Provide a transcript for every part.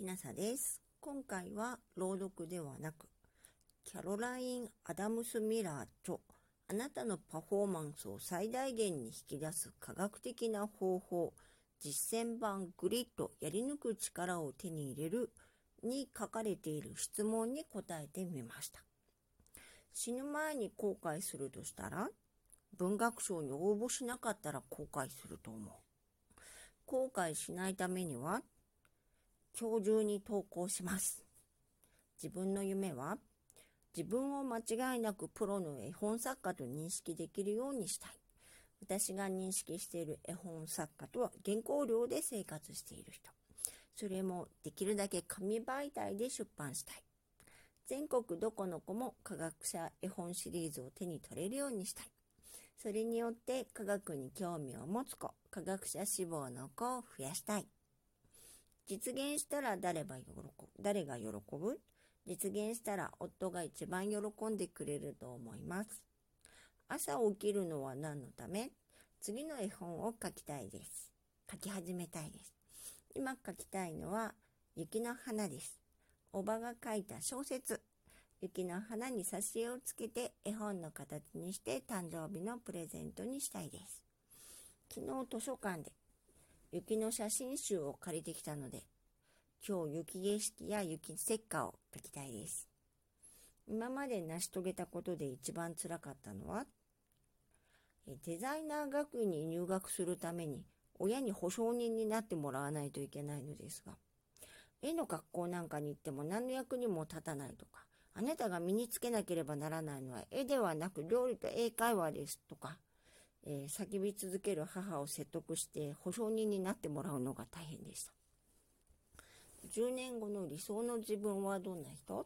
きなさです。今回は朗読ではなく、キャロライン・アダムス・ミラー著、あなたのパフォーマンスを最大限に引き出す科学的な方法、実践版グリッドやり抜く力を手に入れるに書かれている質問に答えてみました。死ぬ前に後悔するとしたら、文学賞に応募しなかったら後悔すると思う。後悔しないためには、今日中に投稿します。自分の夢は自分を間違いなくプロの絵本作家と認識できるようにしたい。私が認識している絵本作家とは原稿料で生活している人。それもできるだけ紙媒体で出版したい。全国どこの子も科学者絵本シリーズを手に取れるようにしたい。それによって科学に興味を持つ子、科学者志望の子を増やしたい。実現したら誰が喜ぶ？実現したら夫が一番喜んでくれると思います。朝起きるのは何のため？次の絵本を書きたいです。書き始めたいです。今書きたいのは雪の花です。おばが書いた小説。雪の花に挿絵をつけて絵本の形にして誕生日のプレゼントにしたいです。昨日図書館で雪の写真集を借りてきたので、今日雪景色や雪石花を描きたいです。今まで成し遂げたことで一番辛かったのは、デザイナー学院に入学するために親に保証人になってもらわないといけないのですが、絵の学校なんかに行っても何の役にも立たないとか、あなたが身につけなければならないのは絵ではなく料理と英会話ですとか、叫び続ける母を説得して保証人になってもらうのが大変でした。10年後の理想の自分はどんな人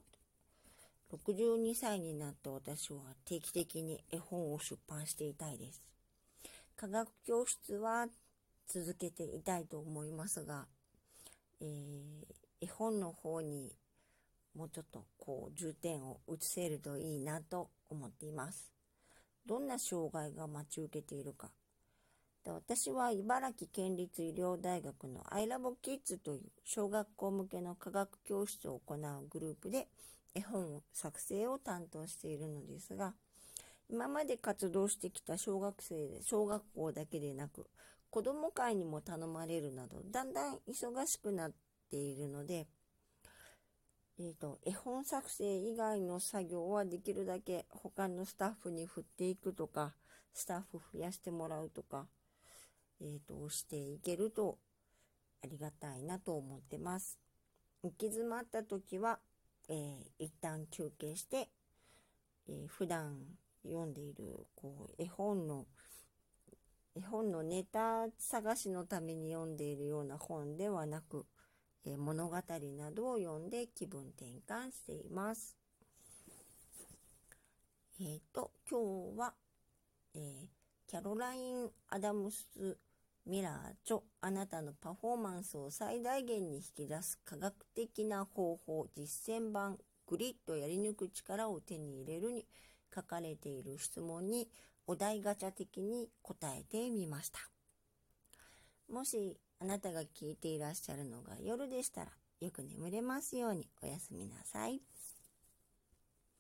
？62歳になった私は定期的に絵本を出版していたいです。科学教室は続けていたいと思いますが、絵本の方にもうちょっと重点を移せるといいなと思っています。どんな障害が待ち受けているか。私は茨城県立医療大学の I Love Kids という小学校向けの科学教室を行うグループで絵本作成を担当しているのですが、今まで活動してきた小学校だけでなく子ども会にも頼まれるなどだんだん忙しくなっているので、絵本作成以外の作業はできるだけ他のスタッフに振っていくとか、スタッフ増やしてもらうとか、していけるとありがたいなと思ってます。行き詰まった時は、一旦休憩して、普段読んでいる絵本のネタ探しのために読んでいるような本ではなく、物語などを読んで気分転換しています。今日は、キャロライン・アダムス・ミラー著、あなたのパフォーマンスを最大限に引き出す科学的な方法、実践版グリッドやり抜く力を手に入れるに書かれている質問にお題ガチャ的に答えてみました。もしあなたが聞いていらっしゃるのが夜でしたら、よく眠れますようにおやすみなさい。